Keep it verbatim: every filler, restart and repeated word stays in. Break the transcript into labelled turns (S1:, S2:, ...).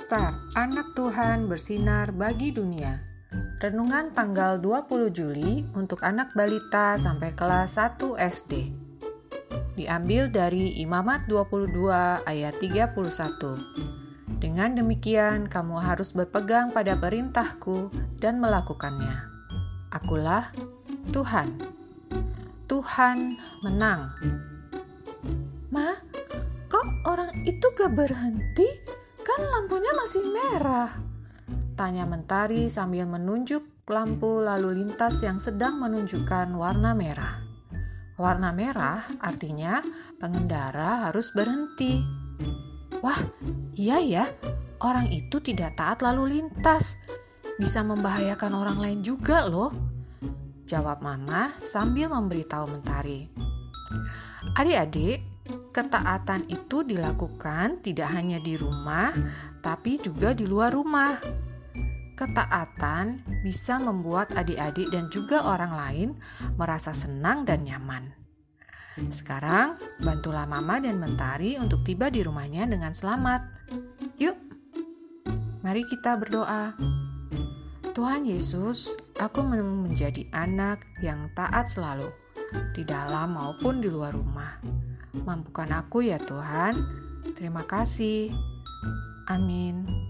S1: Laskar, anak Tuhan bersinar bagi dunia. Renungan tanggal dua puluh Juli untuk anak balita sampai kelas satu S D. Diambil dari Imamat dua puluh dua ayat tiga puluh satu. Dengan demikian kamu harus berpegang pada perintahku dan melakukannya. Akulah Tuhan. Tuhan menang.
S2: Ma, kok orang itu gak berhenti? Kan lampunya masih merah.
S1: Tanya Mentari sambil menunjuk lampu lalu lintas yang sedang menunjukkan warna merah. Warna merah artinya pengendara harus berhenti. Wah, iya ya, orang itu tidak taat lalu lintas. Bisa membahayakan orang lain juga loh. Jawab Mama sambil memberitahu Mentari. Adik-adik, ketaatan itu dilakukan tidak hanya di rumah, tapi juga di luar rumah. Ketaatan bisa membuat adik-adik dan juga orang lain merasa senang dan nyaman. Sekarang, bantulah Mama dan Mentari untuk tiba di rumahnya dengan selamat. Yuk, mari kita berdoa. Tuhan Yesus, aku mau menjadi anak yang taat selalu, di dalam maupun di luar rumah. Mampukan aku ya Tuhan. Terima kasih. Amin.